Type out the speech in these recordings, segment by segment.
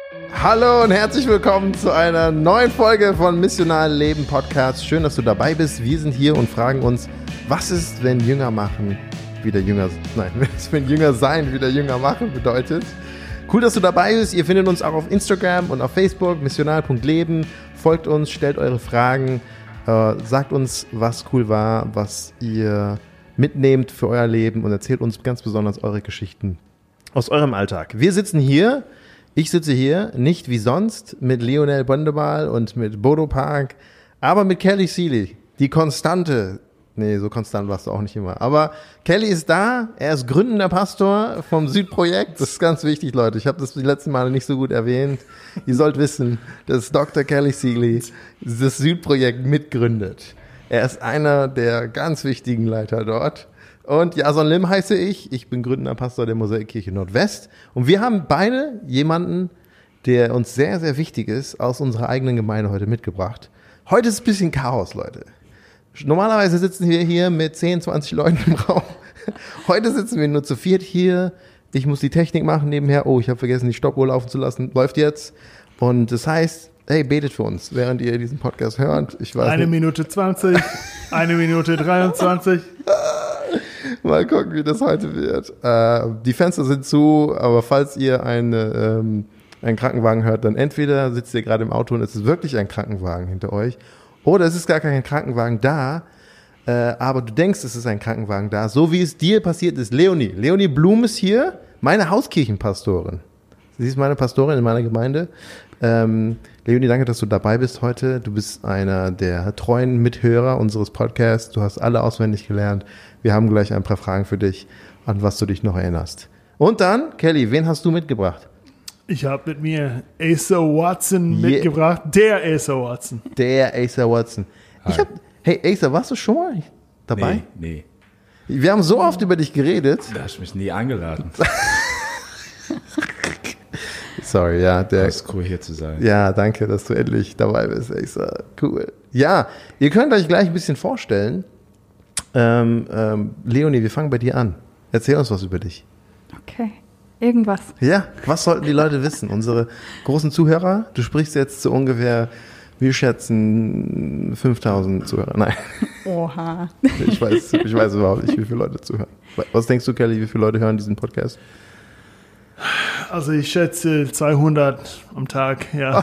Hallo und herzlich willkommen zu einer neuen Folge von Missional Leben Podcast. Schön, dass du dabei bist. Wir sind hier und fragen uns, was ist, wenn Jünger machen wieder Jünger, wenn Jünger sein wieder Jünger machen bedeutet. Cool, dass du dabei bist. Ihr findet uns auch auf Instagram und auf Facebook, missional.leben. Folgt uns, stellt eure Fragen, sagt uns, was cool war, was ihr mitnehmt für euer Leben und erzählt uns ganz besonders eure Geschichten aus eurem Alltag. Ich sitze hier, nicht wie sonst, mit Lionel Bondebal und mit Bodo Park, aber mit Kelly Seeley, die Konstante. Nee, so konstant warst du auch nicht immer. Aber Kelly ist da, er ist gründender Pastor vom Südprojekt. Das ist ganz wichtig, Leute. Ich habe das die letzten Male nicht so gut erwähnt. Ihr sollt wissen, dass Dr. Kelly Seeley das Südprojekt mitgründet. Er ist einer der ganz wichtigen Leiter dort. Und Jason Lim heiße ich. Ich bin gründender Pastor der Mosaikkirche Nordwest. Und wir haben beide jemanden, der uns sehr, sehr wichtig ist, aus unserer eigenen Gemeinde heute mitgebracht. Heute ist ein bisschen Chaos, Leute. Normalerweise sitzen wir hier mit 10, 20 Leuten im Raum. Heute sitzen wir nur zu viert hier. Ich muss die Technik machen nebenher. Oh, ich habe vergessen, die Stoppuhr laufen zu lassen. Läuft jetzt. Und das heißt, hey, betet für uns, während ihr diesen Podcast hört. Ich weiß nicht. 1 Minute 20, 1 Minute 23. Mal gucken, wie das heute wird. Die Fenster sind zu, aber falls ihr einen Krankenwagen hört, dann entweder sitzt ihr gerade im Auto und es ist wirklich ein Krankenwagen hinter euch, oder es ist gar kein Krankenwagen da, aber du denkst, es ist ein Krankenwagen da, so wie es dir passiert ist. Leonie Blum ist hier, meine Hauskirchenpastorin. Sie ist meine Pastorin in meiner Gemeinde. Leonie, danke, dass du dabei bist heute. Du bist einer der treuen Mithörer unseres Podcasts. Du hast alle auswendig gelernt. Wir haben gleich ein paar Fragen für dich, an was du dich noch erinnerst. Und dann, Kelly, wen hast du mitgebracht? Ich habe mit mir Asa Watson mitgebracht. Der Asa Watson. Hey, Asa, warst du schon mal dabei? Nee. Wir haben so oft über dich geredet. Da hast du mich nie eingeladen. Sorry, ja. Das ist cool, hier zu sein. Ja, danke, dass du endlich dabei bist, Asa. Cool. Ja, ihr könnt euch gleich ein bisschen vorstellen. Leonie, wir fangen bei dir an. Erzähl uns was über dich. Okay, irgendwas. Ja, was sollten die Leute wissen? Unsere großen Zuhörer, du sprichst jetzt zu ungefähr, wir schätzen 5000 Zuhörer. Nein. Oha. Ich weiß überhaupt nicht, wie viele Leute zuhören. Was denkst du, Kelly, wie viele Leute hören diesen Podcast? Also ich schätze 200 am Tag, ja.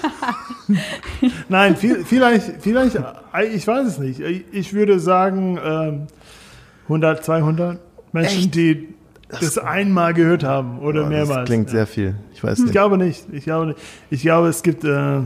Nein, vielleicht, ich weiß es nicht. Ich würde sagen 100, 200 Menschen, Echt? die das einmal gehört haben oder mehrmals. Das klingt sehr viel. Ich weiß nicht. Ich glaube nicht. Ich glaube, es gibt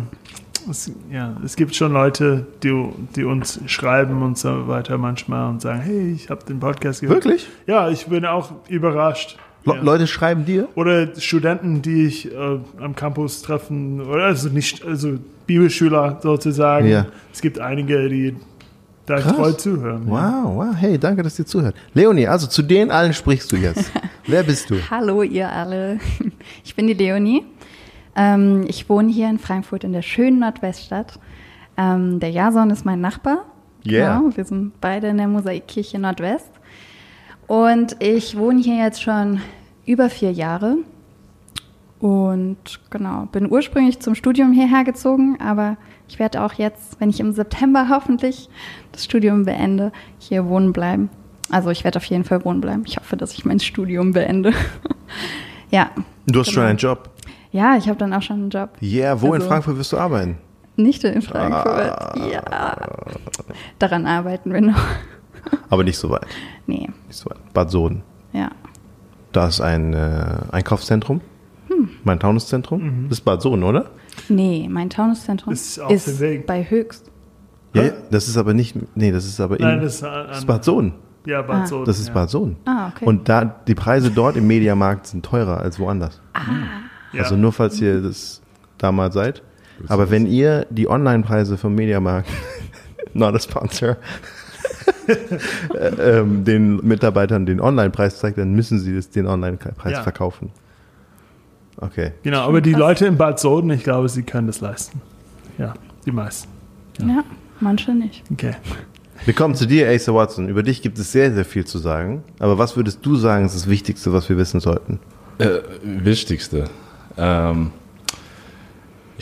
schon Leute, die uns schreiben und so weiter manchmal und sagen, hey, ich habe den Podcast gehört. Wirklich? Ja, ich bin auch überrascht. Ja. Leute schreiben dir? Oder Studenten, die ich am Campus treffen, oder also Bibelschüler sozusagen. Ja. Es gibt einige, die da treu zuhören. Wow, hey, danke, dass ihr zuhört. Leonie, also zu denen allen sprichst du jetzt. Wer bist du? Hallo ihr alle, ich bin die Leonie. Ich wohne hier in Frankfurt in der schönen Nordweststadt. Der Jason ist mein Nachbar. Yeah. Genau, wir sind beide in der Mosaikkirche Nordwest. Und ich wohne hier jetzt schon über 4 Jahre und genau, bin ursprünglich zum Studium hierher gezogen, aber ich werde auch jetzt, wenn ich im September hoffentlich das Studium beende, hier wohnen bleiben. Also ich werde auf jeden Fall wohnen bleiben. Ich hoffe, dass ich mein Studium beende. Ja. Du hast schon einen Job? Ja, ich habe dann auch schon einen Job. Ja, wo in Frankfurt wirst du arbeiten? Nicht in Frankfurt, ja. Daran arbeiten wir noch. Aber nicht so weit. Nee. Nicht so weit. Bad Soden. Ja. Da ist ein Einkaufszentrum. Mein Taunuszentrum. Das ist Bad Soden, oder? Nee, mein Taunuszentrum ist bei Höchst. Ja, das ist aber nicht. Nee, das ist aber Nein, das ist Bad Soden. Ja, Bad Soden. Das ist ja. Bad Soden. Ah, okay. Und die Preise dort im Mediamarkt sind teurer als woanders. Also nur falls ihr das da mal seid. Aber wenn ihr die Online-Preise vom Mediamarkt, not a sponsor, den Mitarbeitern den Online-Preis zeigt, dann müssen sie den Online-Preis verkaufen. Okay. Genau, aber die Leute in Bad Soden, ich glaube, sie können das leisten. Ja, die meisten. Ja, manche nicht. Okay. Wir kommen zu dir, Asa Watson. Über dich gibt es sehr, sehr viel zu sagen. Aber was würdest du sagen, ist das Wichtigste, was wir wissen sollten? Wichtigste.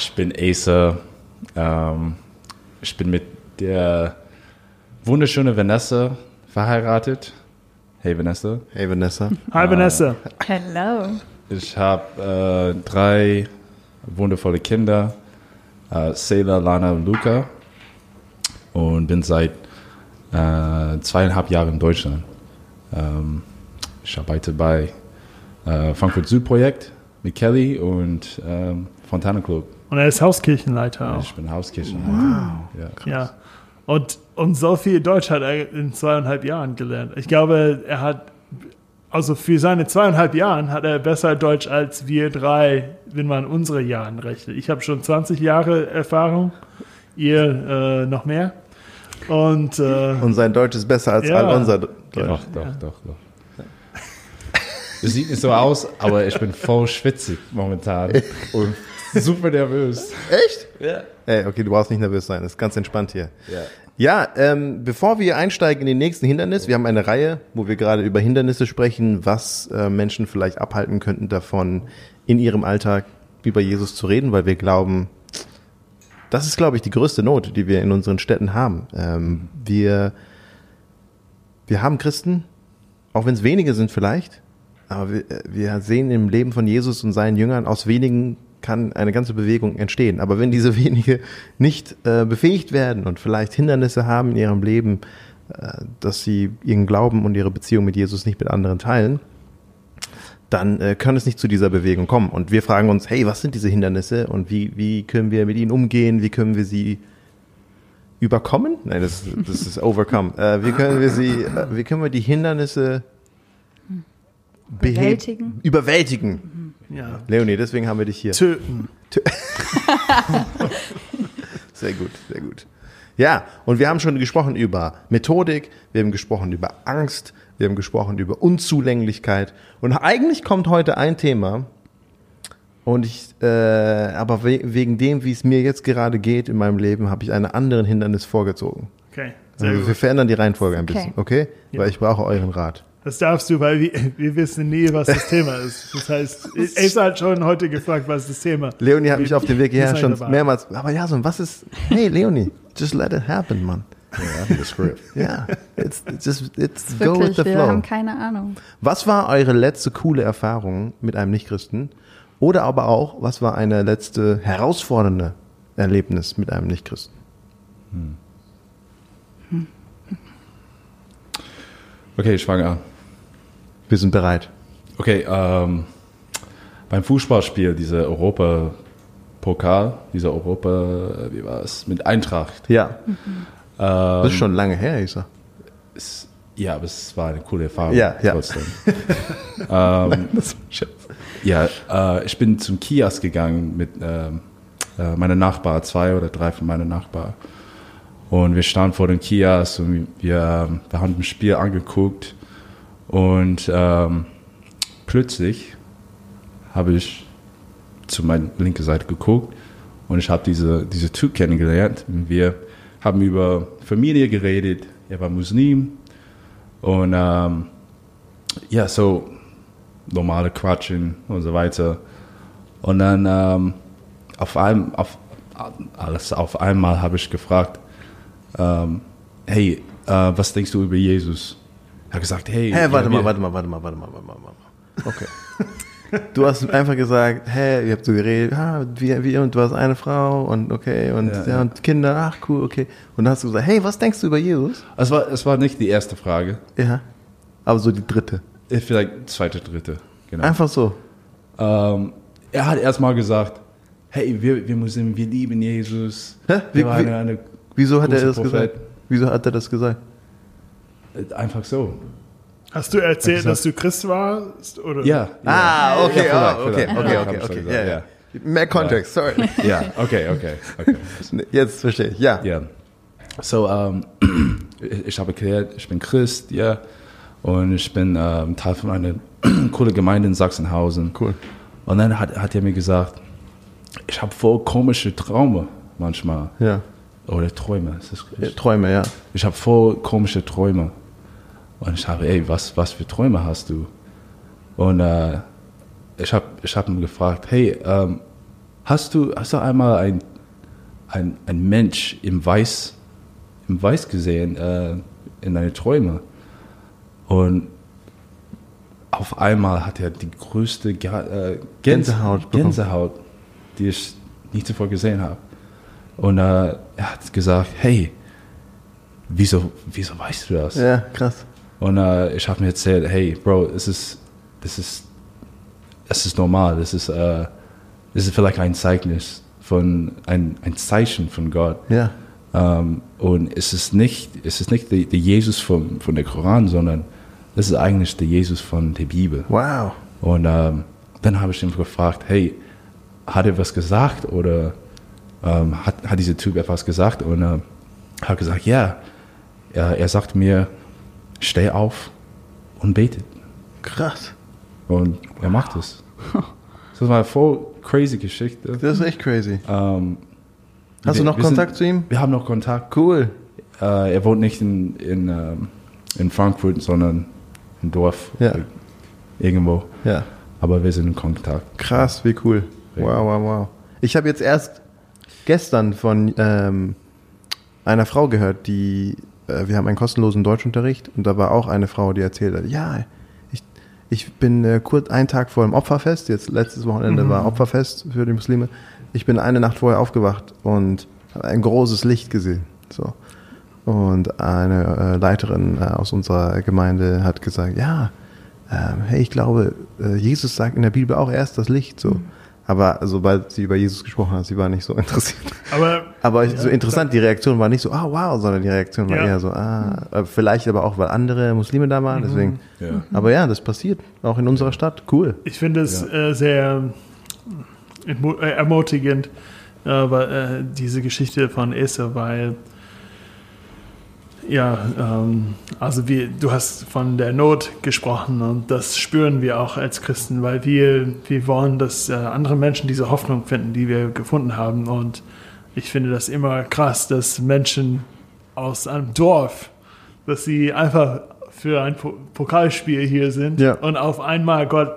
Ich bin Asa. Ich bin mit der wunderschönen Vanessa verheiratet. Hey Vanessa. Hey Vanessa. Hi Vanessa. Hello. Ich habe 3 wundervolle Kinder. Sela, Lana und Luca. Und bin seit 2,5 Jahren in Deutschland. Ich arbeite bei Frankfurt Süd Projekt mit Kelly und Fontana Club. Und er ist Hauskirchenleiter auch. Ich bin Hauskirchenleiter. Wow. Ja. Ja. Und so viel Deutsch hat er in 2,5 Jahren gelernt. Ich glaube, also für seine 2,5 Jahren hat er besser Deutsch als wir 3, wenn man unsere Jahren rechnet. Ich habe schon 20 Jahre Erfahrung, ihr noch mehr. Und sein Deutsch ist besser als all unser Deutsch. Doch. Es sieht nicht so aus, aber ich bin voll schwitzig momentan und super nervös. Echt? Ja. Ey, okay, du brauchst nicht nervös sein, das ist ganz entspannt hier. Ja. Ja, bevor wir einsteigen in den nächsten Hindernis, wir haben eine Reihe, wo wir gerade über Hindernisse sprechen, was Menschen vielleicht abhalten könnten davon, in ihrem Alltag über Jesus zu reden, weil wir glauben, das ist, glaube ich, die größte Not, die wir in unseren Städten haben. Wir haben Christen, auch wenn es wenige sind vielleicht, aber wir sehen im Leben von Jesus und seinen Jüngern, aus wenigen kann eine ganze Bewegung entstehen. Aber wenn diese wenige nicht befähigt werden und vielleicht Hindernisse haben in ihrem Leben, dass sie ihren Glauben und ihre Beziehung mit Jesus nicht mit anderen teilen, dann kann es nicht zu dieser Bewegung kommen. Und wir fragen uns, hey, was sind diese Hindernisse und wie können wir mit ihnen umgehen? Wie können wir sie überkommen? Nein, das ist overcome. Wie können wir die Hindernisse überwältigen? ja, Leonie, deswegen haben wir dich hier. töten. Sehr gut, sehr gut. Ja, und wir haben schon gesprochen über Methodik, wir haben gesprochen über Angst, wir haben gesprochen über Unzulänglichkeit. Und eigentlich kommt heute ein Thema, und aber wegen dem, wie es mir jetzt gerade geht in meinem Leben, habe ich einen anderen Hindernis vorgezogen. Okay, sehr Also wir gut. verändern die Reihenfolge ein Okay. bisschen, okay? Ja. Weil ich brauche euren Rat. Das darfst du, weil wir wissen nie, was das Thema ist. Das heißt, Asa hat schon heute gefragt, was das Thema ist. Leonie hat mich auf dem Weg hierher Wir schon sind dabei. mehrmals, aber Jason, was ist, hey Leonie, just let it happen, man. Ja, the script. Ja, it's go with Wirklich, the wir flow. haben keine Ahnung. Was war eure letzte coole Erfahrung mit einem Nichtchristen? Oder aber auch, was war eine letzte herausfordernde Erlebnis mit einem Nichtchristen? Okay, ich fange an. Wir sind bereit. Okay, beim Fußballspiel, dieser Europa-Pokal, wie war es, mit Eintracht. Ja. Das ist schon lange her, Isa. Ja, aber es war eine coole Erfahrung Ja. trotzdem. Ich bin zum Kiosk gegangen mit meiner Nachbar, 2 oder 3 von meinen Nachbarn. Und wir standen vor dem Kiosk und wir haben das Spiel angeguckt. Und plötzlich habe ich zu meiner linken Seite geguckt und ich habe diese Typ kennengelernt. Und wir haben über Familie geredet. Er war Muslim. Und so normale Quatschen und so weiter. Und dann auf einmal habe ich gefragt, hey, was denkst du über Jesus? Er hat gesagt, hey. Warte mal. Okay. Du hast einfach gesagt, hey, ihr habt so geredet, wie und du hast eine Frau und okay und und Kinder, ach cool, okay. Und dann hast du gesagt, hey, was denkst du über Jesus? Es war nicht die erste Frage. Ja. Aber so die dritte. Vielleicht zweite, dritte. Genau. Einfach so. Er hat erstmal gesagt, hey, wir Muslimen, wir lieben Jesus. Hä? Er war eine Wieso hat er große das Prophet. gesagt? Wieso hat er das gesagt? Einfach so. Hast du erzählt, dass du Christ warst? Oder? Ja. Okay, Ja, okay. Hab ich schon gesagt, Ja. Mehr Kontext, sorry. Ja, okay. Jetzt verstehe ich, ja. Ja. So, ich habe erklärt, ich bin Christ, ja. Und ich bin Teil von einer coolen Gemeinde in Sachsenhausen. Cool. Und dann hat er mir gesagt, ich habe voll komische Träume manchmal. Ja. Oder Träume. Träume, ja. Ich habe voll komische Träume. Und ich habe, ey, was für Träume hast du? Und ich hab ihn gefragt, hey, hast du einmal ein Mensch im Weiß gesehen in deinen Träumen? Und auf einmal hat er die größte Gänsehaut, die ich nie zuvor gesehen habe. Und er hat gesagt, hey, wieso weißt du das? Ja, krass. Und ich habe mir erzählt, hey, Bro, das ist normal. Das ist vielleicht ein Zeichen ein Zeichen von Gott. Ja. Und es ist nicht der Jesus von der Koran, sondern das ist eigentlich der Jesus von der Bibel. Wow. Und dann habe ich ihn gefragt, hey, hat er was gesagt oder hat dieser Typ etwas gesagt? Und hat gesagt, ja. Er sagt mir, steh auf und betet. Krass. Und er macht es. Das war eine voll crazy Geschichte. Das ist echt crazy. Hast du noch Kontakt zu ihm? Wir haben noch Kontakt. Cool. Er wohnt nicht in Frankfurt, sondern im Dorf. Ja. Irgendwo. Ja. Aber wir sind in Kontakt. Krass, wie cool. Wow. Ich habe jetzt erst gestern von einer Frau gehört, wir haben einen kostenlosen Deutschunterricht und da war auch eine Frau, die erzählt hat, ja, ich bin kurz einen Tag vor dem Opferfest, jetzt letztes Wochenende war Opferfest für die Muslime, ich bin eine Nacht vorher aufgewacht und habe ein großes Licht gesehen. So. Und eine Leiterin aus unserer Gemeinde hat gesagt, ja, hey, ich glaube, Jesus sagt in der Bibel auch erst das Licht. So. Aber sobald sie über Jesus gesprochen hat, sie war nicht so interessiert. Aber so interessant, die Reaktion war nicht so, wow, sondern die Reaktion war eher so, vielleicht aber auch, weil andere Muslime da waren, deswegen. Ja. Aber ja, das passiert, auch in unserer Stadt, cool. Ich finde es sehr ermutigend, diese Geschichte von Esau, weil du hast von der Not gesprochen und das spüren wir auch als Christen, weil wir wollen, dass andere Menschen diese Hoffnung finden, die wir gefunden haben. Und ich finde das immer krass, dass Menschen aus einem Dorf, dass sie einfach für ein Pokalspiel hier sind und auf einmal Gott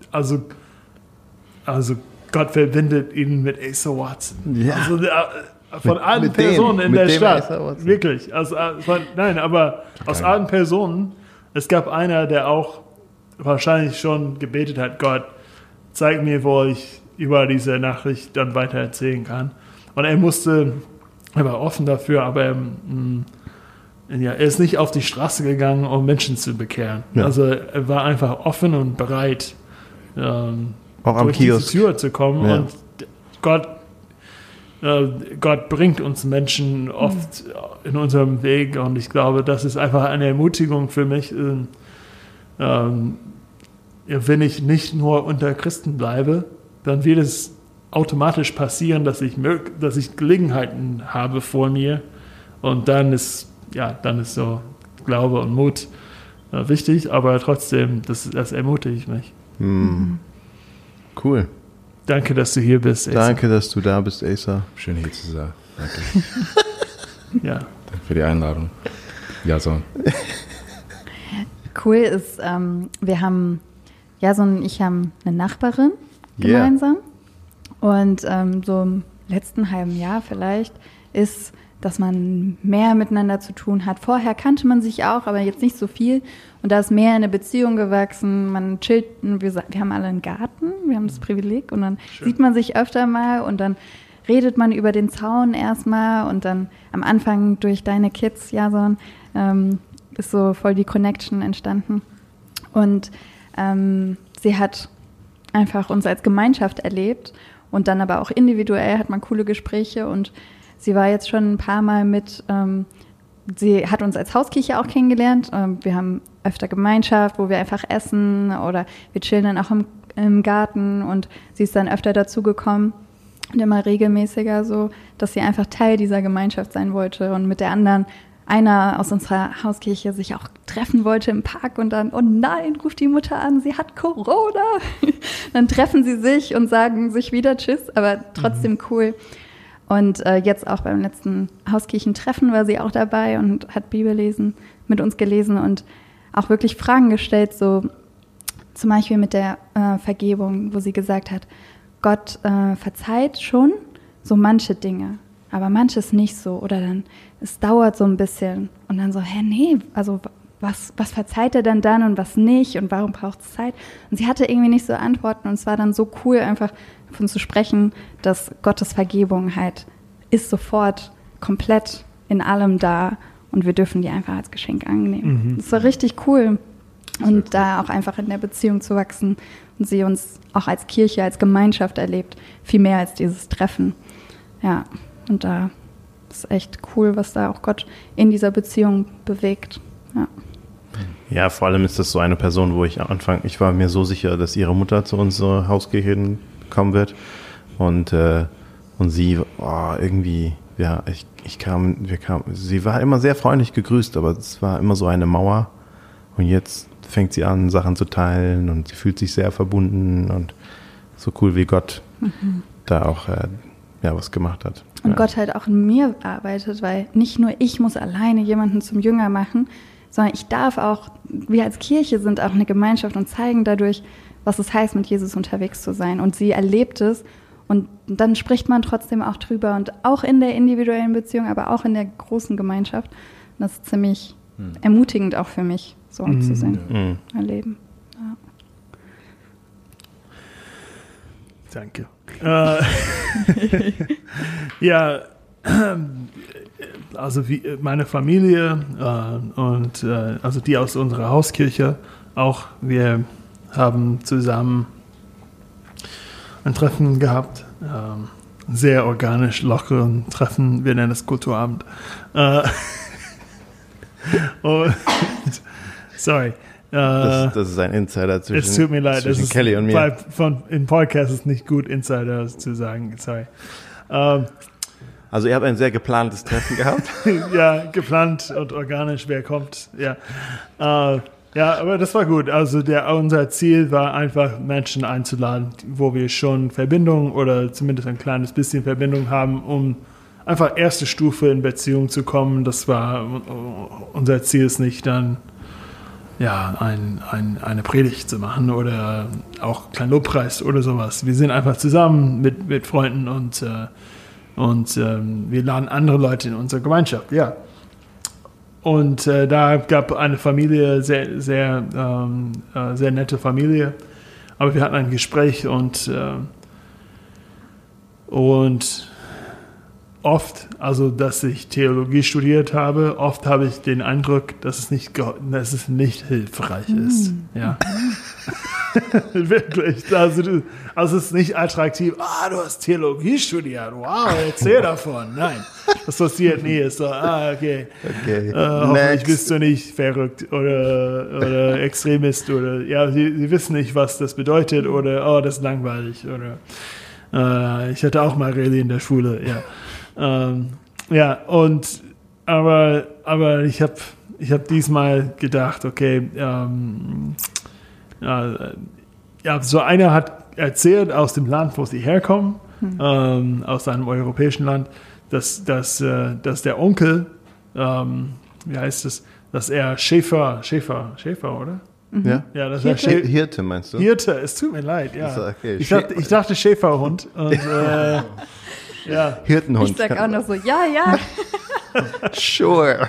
verbindet ihn mit Asa Watson. Ja. Also, von allen Personen in der Stadt. Wirklich. Aus allen Personen. Es gab einer, der auch wahrscheinlich schon gebetet hat, Gott, zeig mir, wo ich über diese Nachricht dann weiter erzählen kann. Und er war offen dafür, aber er ist nicht auf die Straße gegangen, um Menschen zu bekehren. Ja. Also er war einfach offen und bereit, auch durch diese Tür zu kommen. Ja. Und Gott bringt uns Menschen oft in unserem Weg und ich glaube, das ist einfach eine Ermutigung für mich, wenn ich nicht nur unter Christen bleibe, dann wird es automatisch passieren, dass ich Gelegenheiten habe vor mir und dann ist so Glaube und Mut wichtig, aber trotzdem, das ermutigt mich. Cool. Danke, dass du hier bist, Asa. Danke, dass du da bist, Asa. Schön hier zu sein. Danke. Ja. Danke für die Einladung. Ja, so. Cool ist, wir haben, Jason und ich haben eine Nachbarin gemeinsam. Und so im letzten halben Jahr vielleicht ist, dass man mehr miteinander zu tun hat. Vorher kannte man sich auch, aber jetzt nicht so viel. Und da ist mehr in eine Beziehung gewachsen. Man chillt, wir haben alle einen Garten, wir haben das Privileg. Und dann sieht man sich öfter mal und dann redet man über den Zaun erstmal. Und dann am Anfang durch deine Kids, Jason, ist so voll die Connection entstanden. Und sie hat einfach uns als Gemeinschaft erlebt. Und dann aber auch individuell hat man coole Gespräche und sie war jetzt schon ein paar Mal sie hat uns als Hauskirche auch kennengelernt. Wir haben öfter Gemeinschaft, wo wir einfach essen oder wir chillen dann auch im Garten und sie ist dann öfter dazugekommen und immer regelmäßiger so, dass sie einfach Teil dieser Gemeinschaft sein wollte und mit der anderen einer aus unserer Hauskirche sich auch treffen wollte im Park und dann, oh nein, ruft die Mutter an, sie hat Corona. Dann treffen sie sich und sagen sich wieder Tschüss, aber trotzdem cool. Und jetzt auch beim letzten Hauskirchentreffen war sie auch dabei und hat Bibellesen mit uns gelesen und auch wirklich Fragen gestellt, so zum Beispiel mit der Vergebung, wo sie gesagt hat, Gott verzeiht schon so manche Dinge, aber manches nicht so. Oder dann, es dauert so ein bisschen und dann so, nee, also was verzeiht er denn dann und was nicht und warum braucht es Zeit? Und sie hatte irgendwie nicht so Antworten und es war dann so cool, einfach davon zu sprechen, dass Gottes Vergebung halt ist sofort komplett in allem da und wir dürfen die einfach als Geschenk annehmen. Das war richtig cool. Und da auch einfach in der Beziehung zu wachsen und sie uns auch als Kirche, als Gemeinschaft erlebt, viel mehr als dieses Treffen. Ja, und da ist echt cool, was da auch Gott in dieser Beziehung bewegt. Ja. Ja, vor allem ist das so eine Person, wo ich am Anfang, ich war mir so sicher, dass ihre Mutter zu unserer Hauskirche kommen wird. Und sie, irgendwie, ja, sie war immer sehr freundlich gegrüßt, aber es war immer so eine Mauer. Und jetzt fängt sie an, Sachen zu teilen und sie fühlt sich sehr verbunden und so cool, wie Gott da auch was gemacht hat. Und Gott halt auch in mir arbeitet, weil nicht nur ich muss alleine jemanden zum Jünger machen, sondern ich darf auch, wir als Kirche sind auch eine Gemeinschaft und zeigen dadurch, was es heißt, mit Jesus unterwegs zu sein. Und sie erlebt es und dann spricht man trotzdem auch drüber und auch in der individuellen Beziehung, aber auch in der großen Gemeinschaft. Und das ist ziemlich ermutigend auch für mich, so zu sehen, erleben. Ja. Danke. Ja, also meine Familie und also die aus unserer Hauskirche auch, wir haben zusammen ein Treffen gehabt, sehr organisch, lockeren Treffen, wir nennen es Kulturabend. Und, sorry. Das ist ein Insider es tut mir leid, zwischen Kelly und mir. Im Podcast ist es nicht gut, Insider zu sagen. Sorry. Also ihr habt ein sehr geplantes Treffen gehabt? Ja, geplant und organisch, wer kommt. Ja. Ja, aber das war gut. Also unser Ziel war einfach, Menschen einzuladen, wo wir schon Verbindung oder zumindest ein kleines bisschen Verbindung haben, um einfach erste Stufe in Beziehung zu kommen. Das war unser Ziel, ist nicht dann eine Predigt zu machen oder auch kein Lobpreis oder sowas. Wir sind einfach zusammen mit Freunden und wir laden andere Leute in unsere Gemeinschaft, ja. Und da gab eine Familie, sehr, sehr, sehr nette Familie, aber wir hatten ein Gespräch und oft, also dass ich Theologie studiert habe, oft habe ich den Eindruck, dass es nicht hilfreich ist. Ja. Wirklich. Also es ist nicht attraktiv. Du hast Theologie studiert. Wow, erzähl davon. Nein, das passiert nie. Ist so, okay. Hoffentlich bist du nicht verrückt oder Extremist oder sie wissen nicht, was das bedeutet oder das ist langweilig oder ich hatte auch mal Rallye in der Schule, ja. Aber ich habe diesmal gedacht, okay, so einer hat erzählt aus dem Land, wo sie herkommen, aus einem europäischen Land, dass der Onkel, wie heißt es, dass er Schäfer, oder? Ja, ja, das Hirte meinst du? Hirte, es tut mir leid, ja. Okay. Ich dachte Schäferhund und ja. Hirtenhund. Ich sag auch noch so, ja. Sure.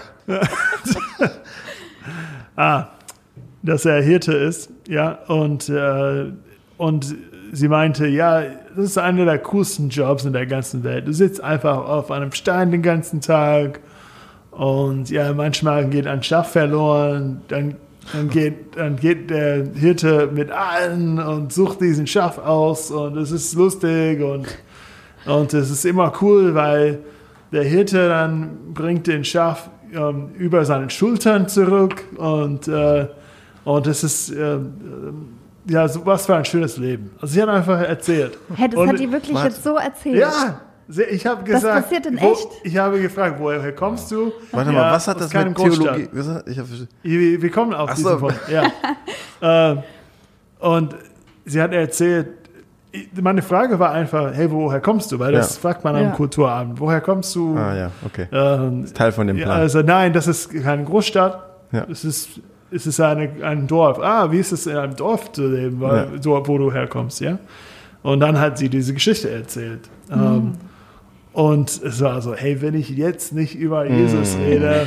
Dass er Hirte ist, ja, und sie meinte, ja, das ist einer der coolsten Jobs in der ganzen Welt. Du sitzt einfach auf einem Stein den ganzen Tag und ja, manchmal geht ein Schaf verloren, dann geht der Hirte mit allen und sucht diesen Schaf aus und es ist lustig und es ist immer cool, weil der Hirte dann bringt den Schaf über seine Schultern zurück und es ist so was für ein schönes Leben. Also sie hat einfach erzählt. Hey, das hat die wirklich jetzt so erzählt? Ja, ich habe gesagt. Das passiert in echt? Ich habe gefragt, woher kommst du? Warte mal, was hat das mit Theologie gesagt? Wir kommen auf diesen Punkt. Ja. Und sie hat erzählt, meine Frage war einfach, hey, woher kommst du? Weil das fragt man am Kulturabend. Woher kommst du? Ja, okay. Das ist Teil von dem Plan. Also nein, das ist keine Großstadt. Ja. Es ist ein Dorf. Wie ist es in einem Dorf zu leben, wo du herkommst, ja? Und dann hat sie diese Geschichte erzählt. Und es war so, hey, wenn ich jetzt nicht über Jesus rede,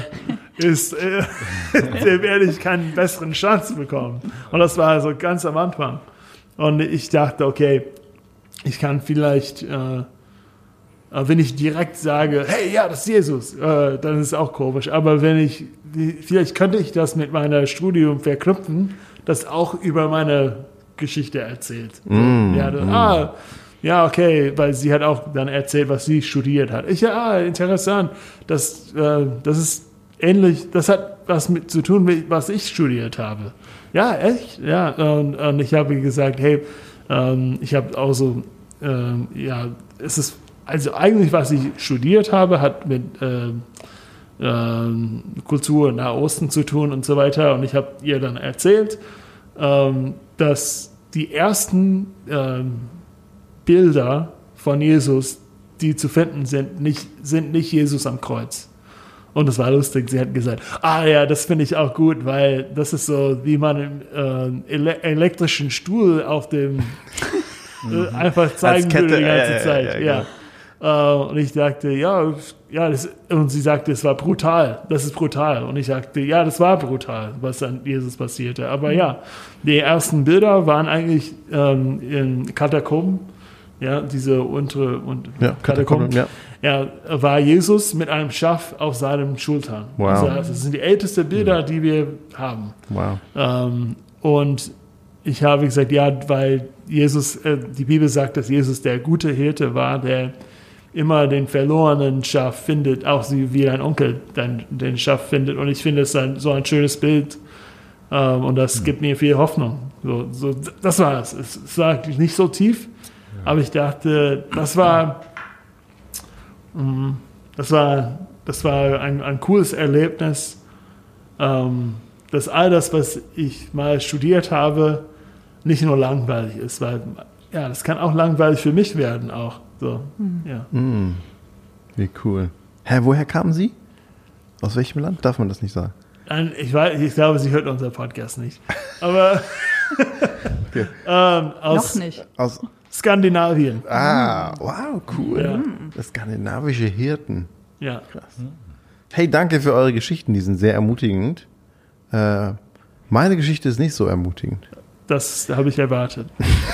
werde ich keinen besseren Chance bekommen. Und das war so ganz am Anfang. Und ich dachte, okay, ich kann vielleicht, wenn ich direkt sage, hey, ja, das ist Jesus, dann ist es auch komisch. Aber vielleicht könnte ich das mit meiner Studium verknüpfen, das auch über meine Geschichte erzählt. Ja, okay, weil sie hat auch dann erzählt, was sie studiert hat. Interessant, das ist ähnlich, das hat was mit zu tun, mit was ich studiert habe. Ja, echt? Ja, und ich habe gesagt, hey, ich habe auch so, es ist, also eigentlich, was ich studiert habe, hat mit Kultur in Nahosten zu tun und so weiter. Und ich habe ihr dann erzählt, dass die ersten Bilder von Jesus, die zu finden sind nicht Jesus am Kreuz. Und das war lustig. Sie hat gesagt, das finde ich auch gut, weil das ist so, wie man einen elektrischen Stuhl auf dem einfach zeigen würde die ganze Zeit. Ja. Und ich dachte, und sie sagte, es war brutal. Das ist brutal. Und ich sagte, ja, das war brutal, was an Jesus passierte. Aber ja, die ersten Bilder waren eigentlich in Katakomben. Ja, diese untere Katakomben. Ja, war Jesus mit einem Schaf auf seinen Schultern. Wow. Das sind die ältesten Bilder, die wir haben. Wow. Und ich habe gesagt, ja, weil Jesus, die Bibel sagt, dass Jesus der gute Hirte war, der immer den verlorenen Schaf findet, auch wie dein Onkel den Schaf findet. Und ich finde es so ein schönes Bild. Und das gibt mir viel Hoffnung. So, das war es. Es war nicht so tief, aber ich dachte, das war ein cooles Erlebnis, dass all das, was ich mal studiert habe, nicht nur langweilig ist, weil das kann auch langweilig für mich werden auch. So, ja. Wie cool. Woher kamen Sie? Aus welchem Land? Darf man das nicht sagen? Ich glaube, sie hört unser Podcast nicht. Aber okay. Noch nicht. Aus Skandinavien. Wow, cool. Ja. Das skandinavische Hirten. Ja. Krass. Hey, danke für eure Geschichten, die sind sehr ermutigend. Meine Geschichte ist nicht so ermutigend. Das habe ich erwartet.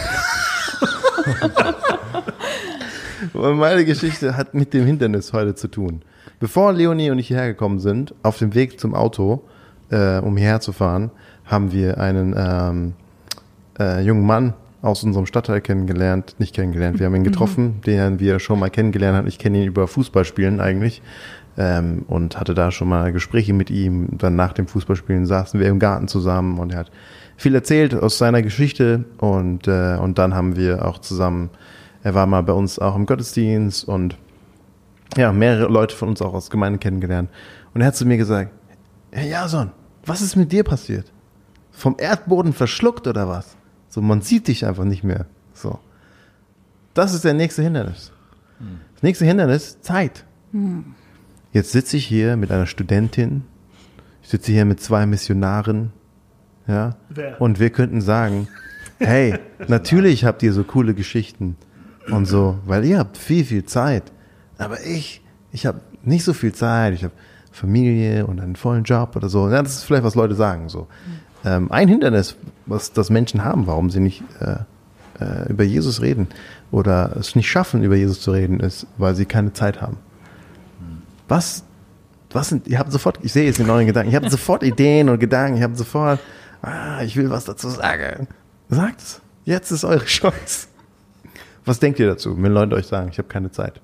Und meine Geschichte hat mit dem Hindernis heute zu tun. Bevor Leonie und ich hierher gekommen sind, auf dem Weg zum Auto, um hierher zu fahren, haben wir einen jungen Mann aus unserem Stadtteil nicht kennengelernt. Wir haben ihn getroffen, den wir schon mal kennengelernt haben. Ich kenne ihn über Fußballspielen eigentlich und hatte da schon mal Gespräche mit ihm. Dann nach dem Fußballspielen saßen wir im Garten zusammen und er hat viel erzählt aus seiner Geschichte und dann haben wir auch zusammen, er war mal bei uns auch im Gottesdienst und ja, mehrere Leute von uns auch aus Gemeinden kennengelernt. Und er hat zu mir gesagt, hey Jason, was ist mit dir passiert? Vom Erdboden verschluckt oder was? So, man sieht dich einfach nicht mehr. So. Das ist der nächste Hindernis. Das nächste Hindernis, Zeit. Jetzt sitze ich hier mit einer Studentin, ich sitze hier mit 2 Missionaren, ja, und wir könnten sagen, hey, natürlich habt ihr so coole Geschichten und so, weil ihr habt viel, viel Zeit. Aber ich habe nicht so viel Zeit, ich habe Familie und einen vollen Job oder so. Ja, das ist vielleicht, was Leute sagen. So. Ein Hindernis, was das Menschen haben, warum sie nicht über Jesus reden oder es nicht schaffen, über Jesus zu reden, ist, weil sie keine Zeit haben. Was sind, ihr habt sofort, ich sehe jetzt den neuen Gedanken, ihr habt sofort Ideen und Gedanken, ihr habt sofort, ich will was dazu sagen. Sagt es, jetzt ist eure Chance. Was denkt ihr dazu, wenn Leute euch sagen, ich habe keine Zeit?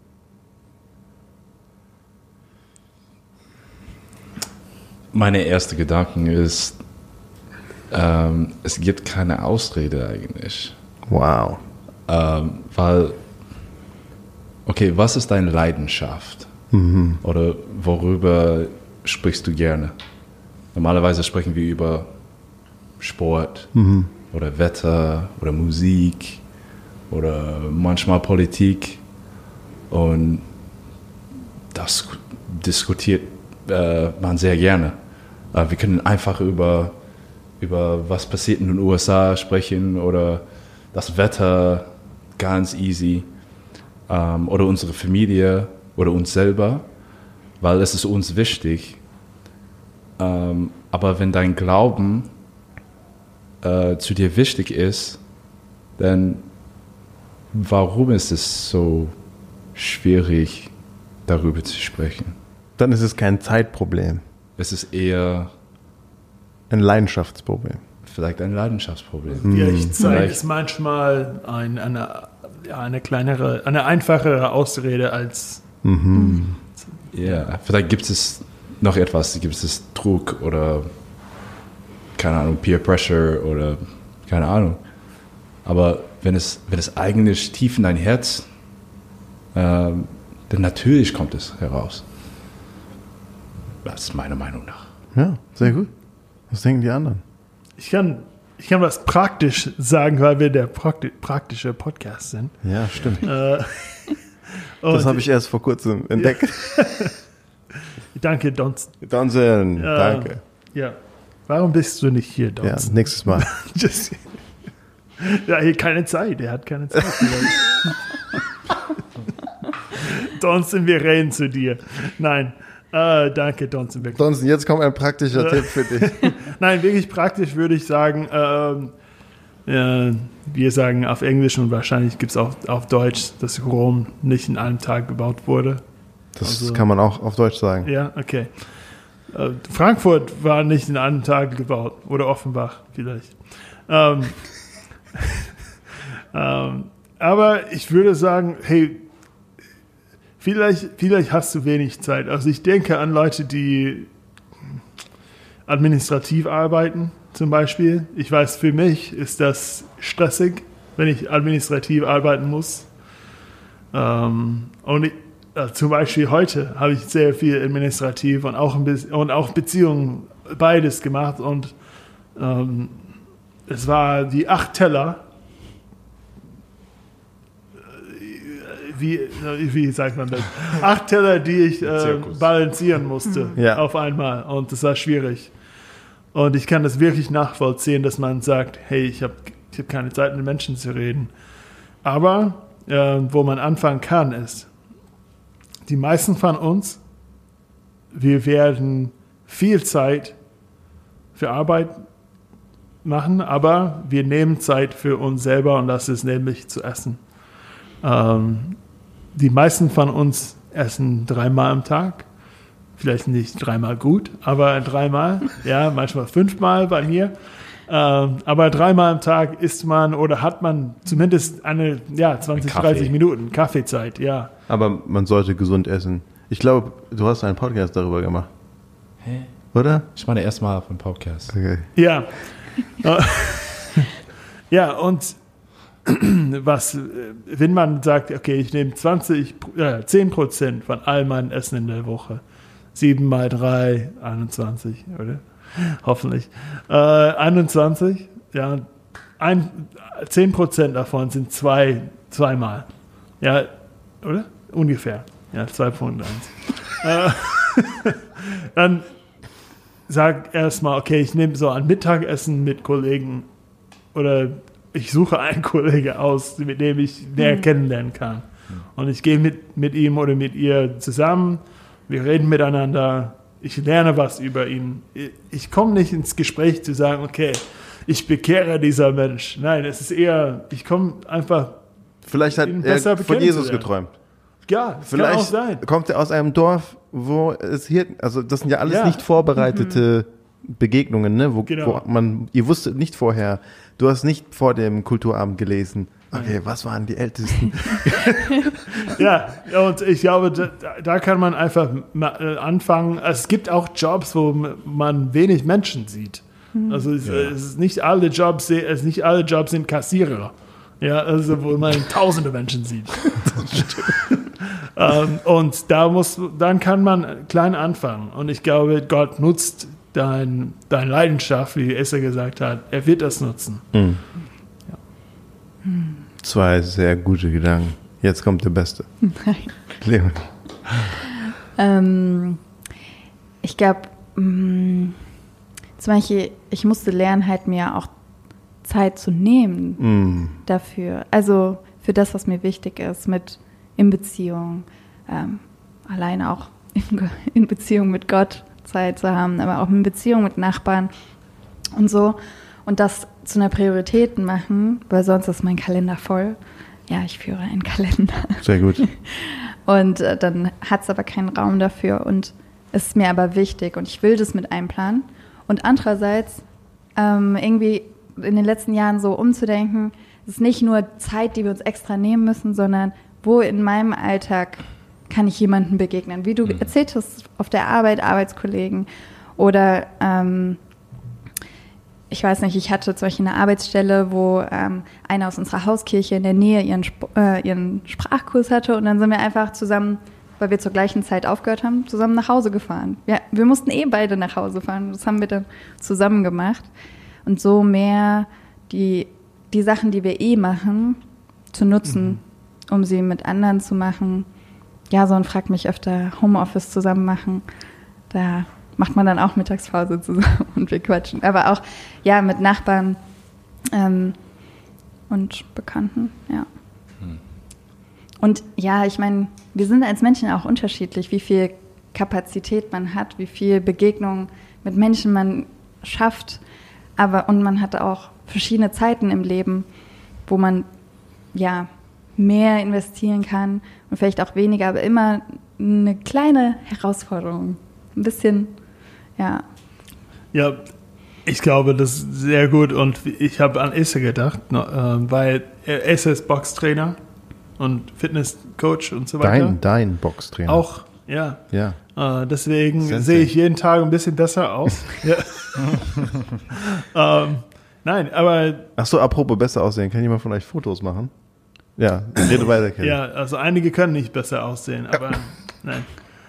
Meine erste Gedanken ist, es gibt keine Ausrede eigentlich. Wow. Weil, okay, was ist deine Leidenschaft? Oder worüber sprichst du gerne? Normalerweise sprechen wir über Sport oder Wetter oder Musik oder manchmal Politik. Und das diskutiert man sehr gerne. Wir können einfach über was passiert in den USA sprechen oder das Wetter ganz easy. Oder unsere Familie oder uns selber, weil es ist uns wichtig. Aber wenn dein Glauben zu dir wichtig ist, dann warum ist es so schwierig, darüber zu sprechen? Dann ist es kein Zeitproblem. Es ist eher ein Leidenschaftsproblem. Vielleicht ein Leidenschaftsproblem. Vielleicht Zeit ist manchmal eine kleinere, eine einfachere Ausrede als. Ja, vielleicht gibt es noch etwas, gibt es Druck oder keine Ahnung, Peer Pressure oder keine Ahnung. Aber wenn es eigentlich tief in dein Herz, dann natürlich kommt es heraus. Das ist meiner Meinung nach. Ja, sehr gut. Was denken die anderen? Ich kann was praktisch sagen, weil wir der praktische Podcast sind. Ja, stimmt. Das habe ich erst vor kurzem entdeckt. Danke, Donson. Donson, danke. Ja. Warum bist du nicht hier, Donson? Ja, nächstes Mal. Ja, hier keine Zeit. Er hat keine Zeit. Donson, wir reden zu dir. Nein. Danke, Donson. Donson, jetzt kommt ein praktischer Tipp für dich. Nein, wirklich praktisch würde ich sagen, wir sagen auf Englisch und wahrscheinlich gibt es auch auf Deutsch, dass Rom nicht in einem Tag gebaut wurde. Das kann man auch auf Deutsch sagen. Ja, okay. Frankfurt war nicht in einem Tag gebaut. Oder Offenbach vielleicht. Aber ich würde sagen, hey, vielleicht hast du wenig Zeit. Also ich denke an Leute, die administrativ arbeiten, zum Beispiel. Ich weiß, für mich ist das stressig, wenn ich administrativ arbeiten muss. Zum Beispiel heute habe ich sehr viel administrativ und auch Beziehungen, beides gemacht. Und es war die 8 Teller. Wie sagt man das? 8 Teller, die ich balancieren musste auf einmal. Und das war schwierig. Und ich kann das wirklich nachvollziehen, dass man sagt, hey, ich hab keine Zeit, mit Menschen zu reden. Aber wo man anfangen kann, ist, die meisten von uns, wir werden viel Zeit für Arbeit machen, aber wir nehmen Zeit für uns selber und das ist nämlich zu essen. Die meisten von uns essen 3-mal am Tag. Vielleicht nicht 3-mal gut, aber 3-mal. Ja, manchmal 5-mal bei mir. Aber 3-mal am Tag isst man oder hat man zumindest 20, 30 Minuten Kaffeezeit. Ja. Aber man sollte gesund essen. Ich glaube, du hast einen Podcast darüber gemacht. Hä? Oder? Ich meine erstmal auf dem Podcast. Okay. Ja. Ja, und wenn man sagt, okay, ich nehme 10% von all meinem Essen in der Woche, 7 mal 3, 21, oder? Hoffentlich. 21, ja, 10% davon sind zweimal. Ja, oder? Ungefähr. Ja, 2,1. Dann sag erstmal, okay, ich nehme so ein Mittagessen mit Kollegen oder ich suche einen Kollegen aus, mit dem ich näher kennenlernen kann. Und ich gehe mit ihm oder mit ihr zusammen, wir reden miteinander, ich lerne was über ihn. Ich komme nicht ins Gespräch zu sagen, okay, ich bekehre dieser Mensch. Nein, es ist eher, ich komme einfach. Vielleicht hat er von Jesus geträumt. Ja, das vielleicht kann auch sein. Kommt er aus einem Dorf, wo es hier, also das sind ja alles nicht vorbereitete Begegnungen, ne? Wo ihr wusstet nicht vorher, du hast nicht vor dem Kulturabend gelesen, okay, was waren die Ältesten? Ja, und ich glaube, da kann man einfach anfangen. Es gibt auch Jobs, wo man wenig Menschen sieht. Also es ist nicht alle Jobs sind Kassierer. Ja, also wo man tausende Menschen sieht. Und dann kann man klein anfangen. Und ich glaube, Gott nutzt deine Leidenschaft, wie Esther gesagt hat. Er wird das nutzen. Mhm. Ja. 2 sehr gute Gedanken. Jetzt kommt der Beste. Nein. Leonie. Ich glaube, zum Beispiel, ich musste lernen, halt mir auch Zeit zu nehmen dafür. Also für das, was mir wichtig ist, in Beziehung, allein auch in Beziehung mit Gott Zeit zu haben, aber auch in Beziehung mit Nachbarn und so. Und das zu einer Priorität machen, weil sonst ist mein Kalender voll. Ja, ich führe einen Kalender. Sehr gut. Und dann hat es aber keinen Raum dafür und es ist mir aber wichtig und ich will das mit einplanen. Und andererseits irgendwie in den letzten Jahren so umzudenken, es ist nicht nur Zeit, die wir uns extra nehmen müssen, sondern wo in meinem Alltag kann ich jemandem begegnen. Wie du erzählt hast, auf der Arbeit, Arbeitskollegen oder ich weiß nicht, ich hatte zum Beispiel eine Arbeitsstelle, wo einer aus unserer Hauskirche in der Nähe ihren Sprachkurs hatte und dann sind wir einfach zusammen, weil wir zur gleichen Zeit aufgehört haben, zusammen nach Hause gefahren. Ja, wir mussten beide nach Hause fahren, das haben wir dann zusammen gemacht und so mehr die Sachen, die wir machen, zu nutzen, um sie mit anderen zu machen. Ja, so und fragt mich öfter, Homeoffice zusammen machen, da macht man dann auch Mittagspause zusammen und wir quatschen. Aber auch, ja, mit Nachbarn und Bekannten, ja. Und ja, ich meine, wir sind als Menschen auch unterschiedlich, wie viel Kapazität man hat, wie viel Begegnung mit Menschen man schafft. Und man hat auch verschiedene Zeiten im Leben, wo man, ja, mehr investieren kann und vielleicht auch weniger, aber immer eine kleine Herausforderung. Ein bisschen, ja. Ja, ich glaube, das ist sehr gut und ich habe an Issa gedacht, weil Issa ist Boxtrainer und Fitnesscoach und so weiter. Dein Boxtrainer. Auch, ja. Ja. Deswegen Sensei. sehe ich jeden Tag ein bisschen besser aus. Nein, aber... Ach so, apropos besser aussehen, kann jemand von euch Fotos machen? Ja, rede weiter, Kevin. Ja, also einige können nicht besser aussehen, aber nein.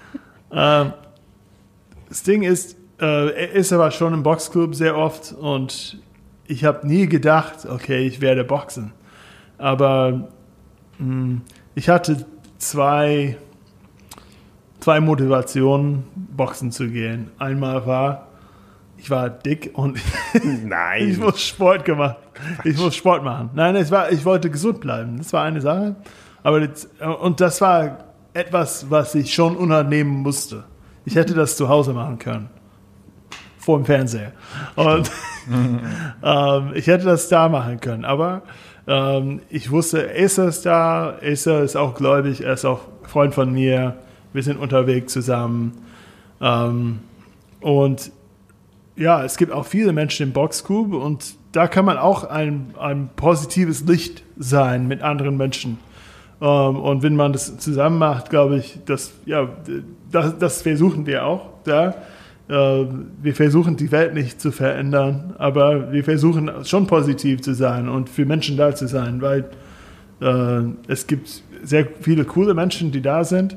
Das Ding ist, Issa war schon im Boxclub sehr oft und ich habe nie gedacht, okay, ich werde boxen. Aber ich hatte zwei Motivationen, boxen zu gehen. Einmal war, ich war dick und ich muss Sport machen. Nein, ich wollte gesund bleiben. Das war eine Sache. Und das war etwas, was ich schon unternehmen musste. Ich hätte das zu Hause machen können. Vor dem Fernseher. Und ich hätte das da machen können. Aber ich wusste, Issa ist da. Issa ist auch gläubig. Er ist auch Freund von mir. Wir sind unterwegs zusammen. Und ja, es gibt auch viele Menschen im Boxclub und da kann man auch ein positives Licht sein mit anderen Menschen. Und wenn man das zusammen macht, glaube ich, das versuchen wir auch. Ja? Wir versuchen die Welt nicht zu verändern, aber wir versuchen schon positiv zu sein und für Menschen da zu sein, weil es gibt sehr viele coole Menschen, die da sind.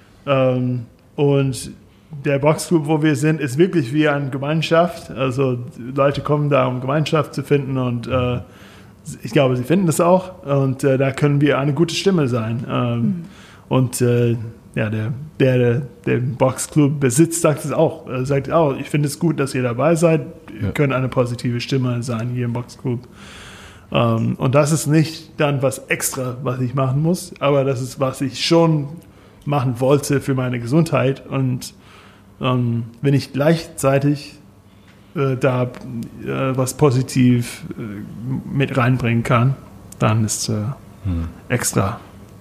Und der Boxclub, wo wir sind, ist wirklich wie eine Gemeinschaft. Also Leute kommen da, um Gemeinschaft zu finden und ich glaube, sie finden das auch. Und da können wir eine gute Stimme sein. Und der Boxclub-Besitz sagt es auch. Er sagt auch, ich finde es gut, dass ihr dabei seid. Ihr könnt eine positive Stimme sein hier im Boxclub. Und das ist nicht dann was extra, was ich machen muss, aber das ist, was ich schon machen wollte für meine Gesundheit. Und wenn ich gleichzeitig da was positiv mit reinbringen kann, dann ist extra.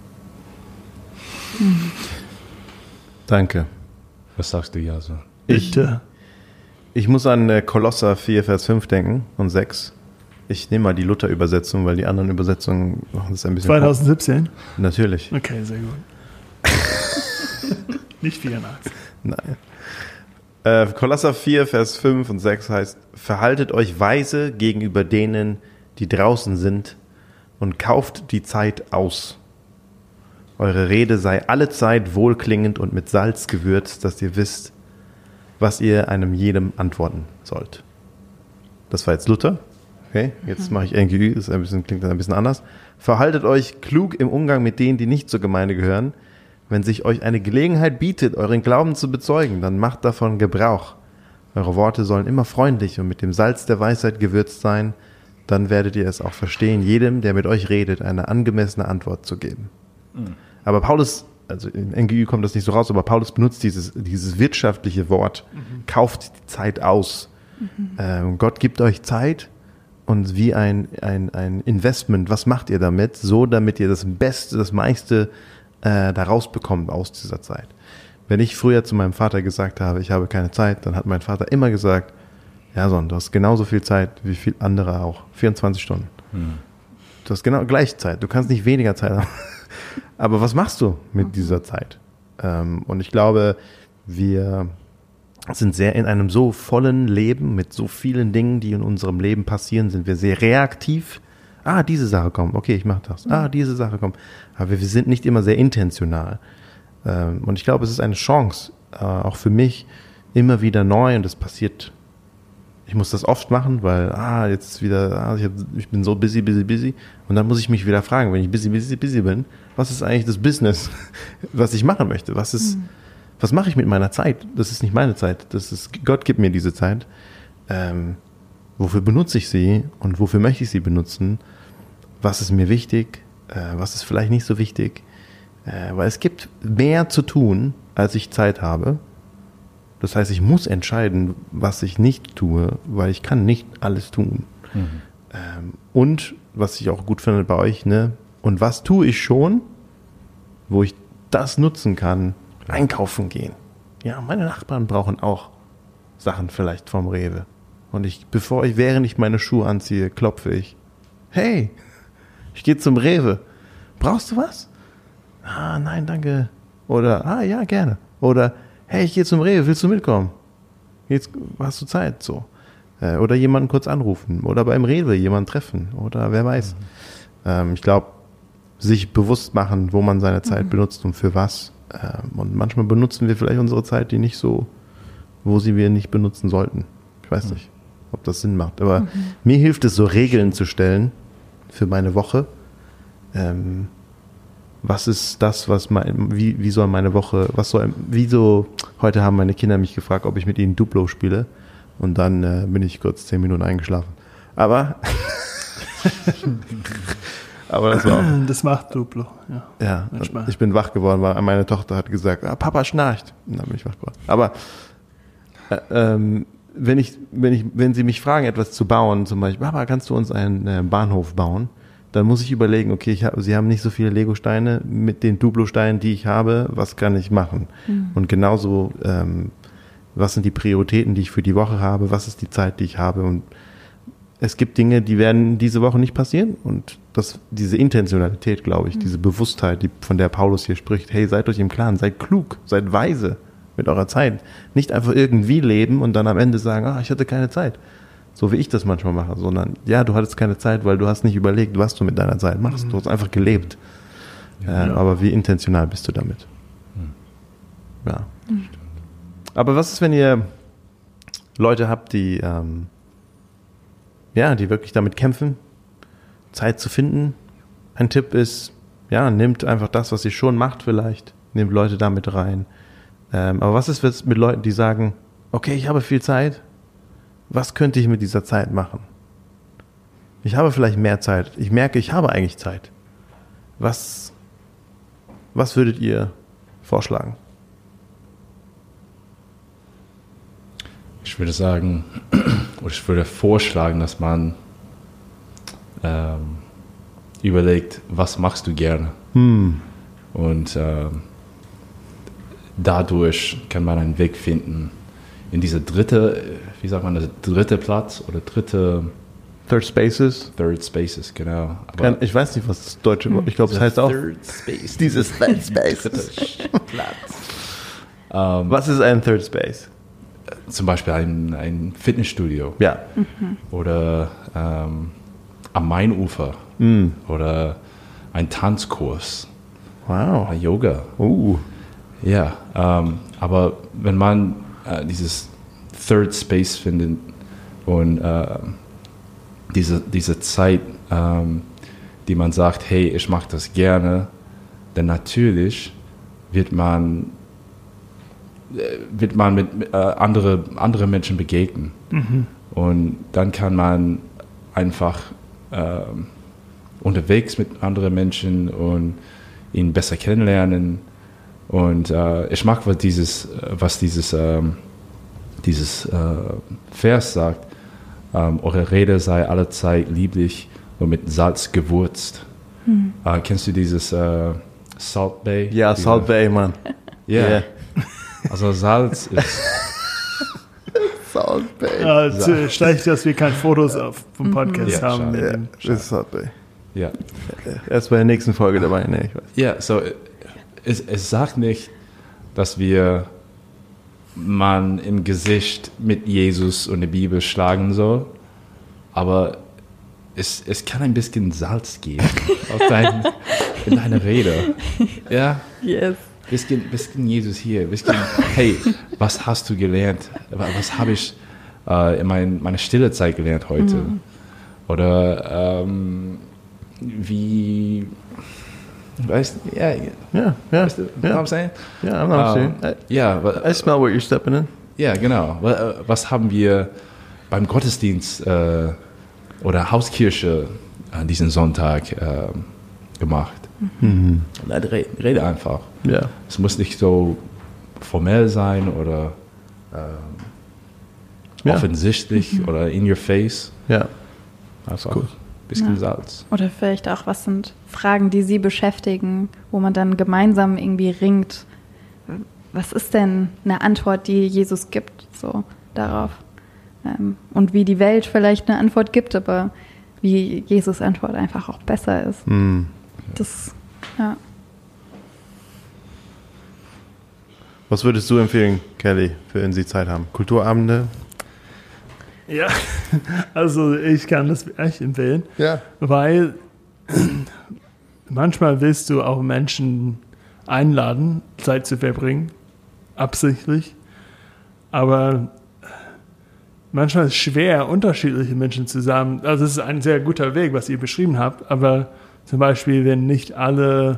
Danke. Was sagst du, Jason? Ich muss an Kolosser 4, Vers 5 denken und 6. Ich nehme mal die Luther-Übersetzung, weil die anderen Übersetzungen machen das ein bisschen... 2017? Natürlich. Okay, sehr gut. Nicht 84. Nein. Kolosser 4, Vers 5 und 6 heißt, verhaltet euch weise gegenüber denen, die draußen sind und kauft die Zeit aus. Eure Rede sei allezeit wohlklingend und mit Salz gewürzt, dass ihr wisst, was ihr einem jedem antworten sollt. Das war jetzt Luther. Okay, jetzt mache ich NGÜ, klingt ein bisschen anders. Verhaltet euch klug im Umgang mit denen, die nicht zur Gemeinde gehören. Wenn sich euch eine Gelegenheit bietet, euren Glauben zu bezeugen, dann macht davon Gebrauch. Eure Worte sollen immer freundlich und mit dem Salz der Weisheit gewürzt sein, dann werdet ihr es auch verstehen, jedem, der mit euch redet, eine angemessene Antwort zu geben. Aber Paulus, also in NGÜ kommt das nicht so raus, aber Paulus benutzt dieses wirtschaftliche Wort, kauft die Zeit aus. Gott gibt euch Zeit und wie ein Investment, was macht ihr damit? So, damit ihr das Beste, das meiste da rausbekommt aus dieser Zeit. Wenn ich früher zu meinem Vater gesagt habe, ich habe keine Zeit, dann hat mein Vater immer gesagt, ja, Son, du hast genauso viel Zeit wie viele andere auch. 24 Stunden. Du hast genau gleich Zeit. Du kannst nicht weniger Zeit haben. Aber was machst du mit dieser Zeit? Und ich glaube, wir sind sehr in einem so vollen Leben mit so vielen Dingen, die in unserem Leben passieren, sind wir sehr reaktiv. Diese Sache kommt. Okay, ich mache das. Diese Sache kommt. Aber wir sind nicht immer sehr intentional. Und ich glaube, es ist eine Chance, auch für mich, immer wieder neu. Und das passiert, ich muss das oft machen, weil, jetzt wieder, ich bin so busy. Und dann muss ich mich wieder fragen, wenn ich busy bin, was ist eigentlich das Business, was ich machen möchte? Was mache ich mit meiner Zeit? Das ist nicht meine Zeit. Gott gibt mir diese Zeit. Wofür benutze ich sie und wofür möchte ich sie benutzen? Was ist mir wichtig? Was ist vielleicht nicht so wichtig? Weil es gibt mehr zu tun, als ich Zeit habe. Das heißt, ich muss entscheiden, was ich nicht tue, weil ich kann nicht alles tun. Und was ich auch gut finde bei euch, und was tue ich schon, wo ich das nutzen kann, einkaufen gehen. Ja, meine Nachbarn brauchen auch Sachen vielleicht vom Rewe. Und während ich meine Schuhe anziehe, klopfe ich. Hey, ich gehe zum Rewe. Brauchst du was? Nein, danke. Oder, ja, gerne. Oder, hey, ich gehe zum Rewe, willst du mitkommen? Jetzt hast du Zeit, so. Oder jemanden kurz anrufen. Oder beim Rewe jemanden treffen. Oder wer weiß. Ich glaube, sich bewusst machen, wo man seine Zeit benutzt und für was. Und manchmal benutzen wir vielleicht unsere Zeit, wo wir nicht benutzen sollten. Ich weiß nicht, ob das Sinn macht. Aber mir hilft es, so Regeln zu stellen für meine Woche. Was ist das, wie soll meine Woche, heute haben meine Kinder mich gefragt, ob ich mit ihnen Duplo spiele. Und dann bin ich kurz 10 Minuten eingeschlafen. Aber das war auch, das macht Duplo. Ja, ich bin wach geworden, weil meine Tochter hat gesagt, Papa schnarcht. Und dann bin ich wach geworden. Aber wenn sie mich fragen, etwas zu bauen, zum Beispiel, Papa, kannst du uns einen Bahnhof bauen? Dann muss ich überlegen, okay, sie haben nicht so viele Lego-Steine, mit den Duplo-Steinen, die ich habe, was kann ich machen? Und genauso, was sind die Prioritäten, die ich für die Woche habe, was ist die Zeit, die ich habe? Und es gibt Dinge, die werden diese Woche nicht passieren. Und diese Intentionalität, glaube ich, diese Bewusstheit, von der Paulus hier spricht, hey, seid euch im Klaren, seid klug, seid weise mit eurer Zeit. Nicht einfach irgendwie leben und dann am Ende sagen, ich hatte keine Zeit. So wie ich das manchmal mache, sondern du hattest keine Zeit, weil du hast nicht überlegt, was du mit deiner Zeit machst. Du hast einfach gelebt. Aber wie intentional bist du damit? Ja. Aber was ist, wenn ihr Leute habt, die wirklich damit kämpfen, Zeit zu finden? Ein Tipp ist, nehmt einfach das, was ihr schon macht vielleicht, nehmt Leute damit rein. Aber was ist mit Leuten, die sagen, okay, ich habe viel Zeit, was könnte ich mit dieser Zeit machen? Ich habe vielleicht mehr Zeit. Ich merke, ich habe eigentlich Zeit. Was würdet ihr vorschlagen? Ich würde sagen, oder ich würde vorschlagen, dass man überlegt, was machst du gerne? Und dadurch kann man einen Weg finden, in diese dritte Platz oder Third Spaces? Third Spaces, genau. Aber ich weiß nicht, was das deutsche Wort, ich glaube, es heißt auch Third Space. dieses Third Spaces. Was ist ein Third Space? Zum Beispiel ein Fitnessstudio. Ja. Oder am Mainufer. Oder ein Tanzkurs. Wow. Oder Yoga. Ja, aber wenn man dieses Third Space findet und diese Zeit, die man sagt, hey, ich mache das gerne, dann natürlich wird man mit andere Menschen begegnen. Und dann kann man einfach unterwegs mit anderen Menschen und ihn besser kennenlernen. Und ich mag, was dieses Vers sagt. Eure Rede sei allezeit lieblich und mit Salz gewürzt. Kennst du dieses Salt Bay? Ja, Salt Bay, Mann. Ja. Yeah. Also Salz ist... Salt Bay. Es ist schlecht, dass wir keine Fotos vom Podcast Ja, haben. schade. Mit Ja, dem das ist Salt Bay. Ja. Erst bei der nächsten Folge dabei, ne? Ich weiß. Ja, so es sagt nicht, dass man im Gesicht mit Jesus und der Bibel schlagen soll, aber es kann ein bisschen Salz geben in deiner Rede. Ja, Yes. bisschen Jesus hier, bisschen, hey, was hast du gelernt? Was habe ich in meiner stille Zeit gelernt heute? Oder wie, weißt du, Ja. weißt du, was I'm saying? Ja, I'm not saying. Ja, I smell what you're stepping in. ja, genau. Was haben wir beim Gottesdienst oder Hauskirche an diesem Sonntag gemacht? Rede einfach. Ja. Es muss nicht so formell sein oder offensichtlich oder in your face. Ja. Einfach cool. ein bisschen Salz. Oder vielleicht auch, was sind Fragen, die Sie beschäftigen, wo man dann gemeinsam irgendwie ringt. Was ist denn eine Antwort, die Jesus gibt, so darauf? Und wie die Welt vielleicht eine Antwort gibt, aber wie Jesus' Antwort einfach auch besser ist. Das, ja. Was würdest du empfehlen, Kelly, für wenn Sie Zeit haben? Kulturabende? Ja, also ich kann das echt empfehlen, Ja. weil manchmal willst du auch Menschen einladen, Zeit zu verbringen, absichtlich, aber manchmal ist es schwer, unterschiedliche Menschen zusammen, also es ist ein sehr guter Weg, was ihr beschrieben habt, aber zum Beispiel, wenn nicht alle,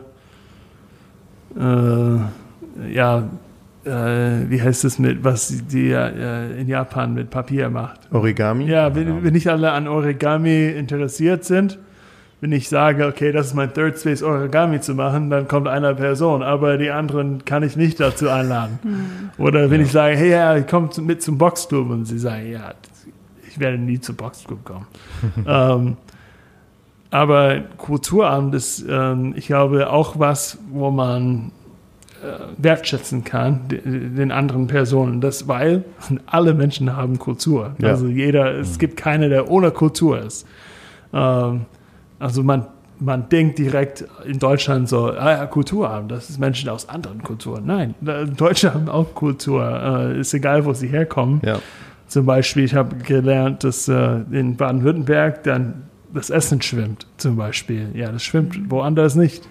wie heißt es mit, was die in Japan mit Papier macht? Origami? Ja, wenn nicht alle an Origami interessiert sind, wenn ich sage, okay, das ist mein Third Space Origami zu machen, dann kommt eine Person, aber die anderen kann ich nicht dazu einladen. Oder wenn ich sage, hey, ja, kommt mit zum Boxclub und sie sagen, ja, ich werde nie zum Boxclub kommen. Aber Kulturabend ist, ich glaube, auch was, wo man wertschätzen kann, den anderen Personen. Das, weil alle Menschen haben Kultur. Ja. Also es gibt keiner, der ohne Kultur ist. Also man denkt direkt in Deutschland so, Kulturabend, das ist Menschen aus anderen Kulturen. Nein, Deutsche haben auch Kultur. Ist egal, wo sie herkommen. Ja. Zum Beispiel, ich habe gelernt, dass in Baden-Württemberg dann das Essen schwimmt, zum Beispiel. Ja, das schwimmt woanders nicht.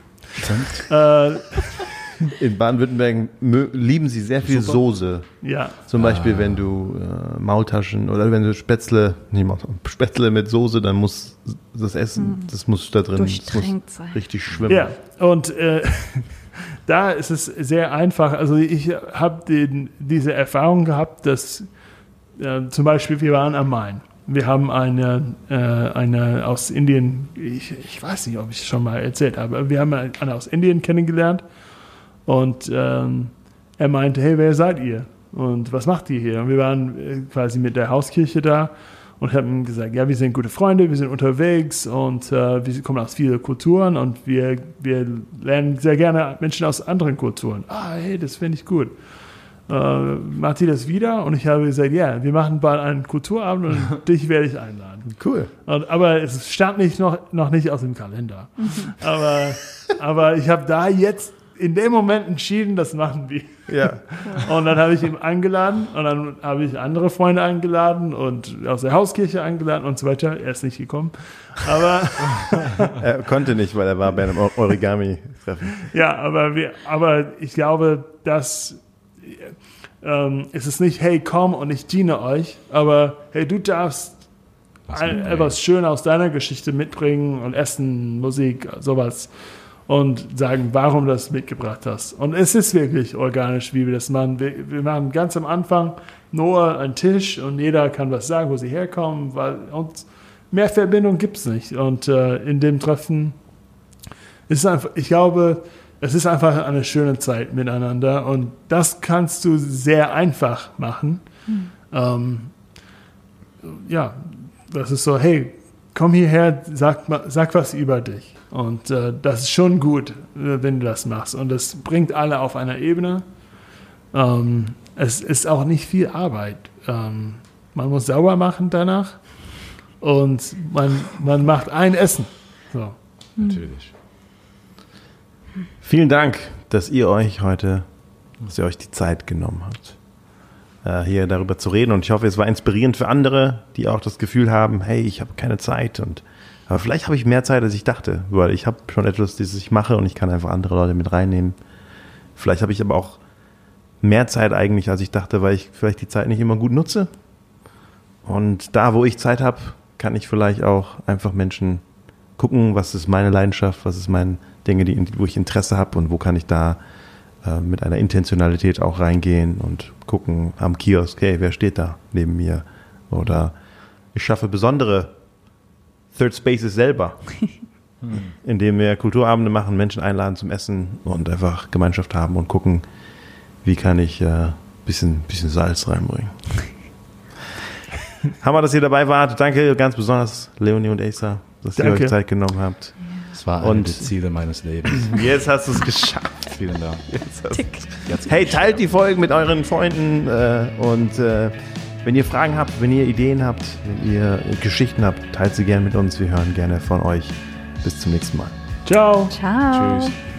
In Baden-Württemberg lieben sie sehr viel Soße. Ja. Zum Beispiel, wenn du Maultaschen oder wenn du Spätzle mit Soße, dann muss das Essen, das muss da drin, das muss Durchtränkt sein. richtig schwimmen. Ja, und da ist es sehr einfach. Also ich habe diese Erfahrung gehabt, dass zum Beispiel wir waren am Main. Wir haben eine aus Indien, ich weiß nicht, ob ich es schon mal erzählt habe, aber wir haben eine aus Indien kennengelernt und er meinte, hey, wer seid ihr? Und was macht ihr hier? Und wir waren quasi mit der Hauskirche da und haben gesagt, ja, wir sind gute Freunde, wir sind unterwegs und wir kommen aus vielen Kulturen und wir lernen sehr gerne Menschen aus anderen Kulturen. Hey, das finde ich gut. Macht ihr das wieder? Und ich habe gesagt, ja, wir machen bald einen Kulturabend und dich werde ich einladen. Cool. Aber es stand noch nicht aus dem Kalender. Aber ich habe da jetzt in dem Moment entschieden, das machen wir. Ja. Und dann habe ich ihn eingeladen und dann habe ich andere Freunde eingeladen und aus der Hauskirche eingeladen und so weiter. Er ist nicht gekommen. Aber Er konnte nicht, weil er war bei einem Origami-Treffen. ja, aber ich glaube, dass es ist nicht, hey, komm und ich diene euch, aber hey, du darfst etwas schön aus deiner Geschichte mitbringen und Essen, Musik, sowas und sagen, warum du das mitgebracht hast. Und es ist wirklich organisch, wie wir das machen. Wir machen ganz am Anfang nur einen Tisch und jeder kann was sagen, wo sie herkommen, mehr Verbindung gibt es nicht. Und in dem Treffen ist es einfach, ich glaube, es ist einfach eine schöne Zeit miteinander und das kannst du sehr einfach machen. Ja, das ist so, hey, komm hierher, sag was über dich. Und das ist schon gut, wenn du das machst. Und das bringt alle auf einer Ebene. Es ist auch nicht viel Arbeit. Man muss sauber machen danach und man macht ein Essen. So. Natürlich. Vielen Dank, dass ihr euch die Zeit genommen habt, hier darüber zu reden. Und ich hoffe, es war inspirierend für andere, die auch das Gefühl haben, hey, ich habe keine Zeit. Aber vielleicht habe ich mehr Zeit, als ich dachte, weil ich habe schon etwas, das ich mache und ich kann einfach andere Leute mit reinnehmen. Vielleicht habe ich aber auch mehr Zeit eigentlich, als ich dachte, weil ich vielleicht die Zeit nicht immer gut nutze. Und da, wo ich Zeit habe, kann ich vielleicht auch einfach Menschen gucken, was ist meine Leidenschaft, was ist meine Dinge, wo ich Interesse habe und wo kann ich da mit einer Intentionalität auch reingehen und gucken am Kiosk, hey, wer steht da neben mir? Oder ich schaffe besondere Third Spaces selber, indem wir Kulturabende machen, Menschen einladen zum Essen und einfach Gemeinschaft haben und gucken, wie kann ich bisschen Salz reinbringen. Hammer, dass ihr dabei wart. Danke ganz besonders, Leonie und Asa, dass ihr euch Zeit genommen habt. Das war eine der Ziele meines Lebens. Jetzt hast du es geschafft. Vielen Dank. Hey, teilt die Folgen mit euren Freunden und wenn ihr Fragen habt, wenn ihr Ideen habt, wenn ihr Geschichten habt, teilt sie gerne mit uns. Wir hören gerne von euch. Bis zum nächsten Mal. Ciao. Ciao. Tschüss.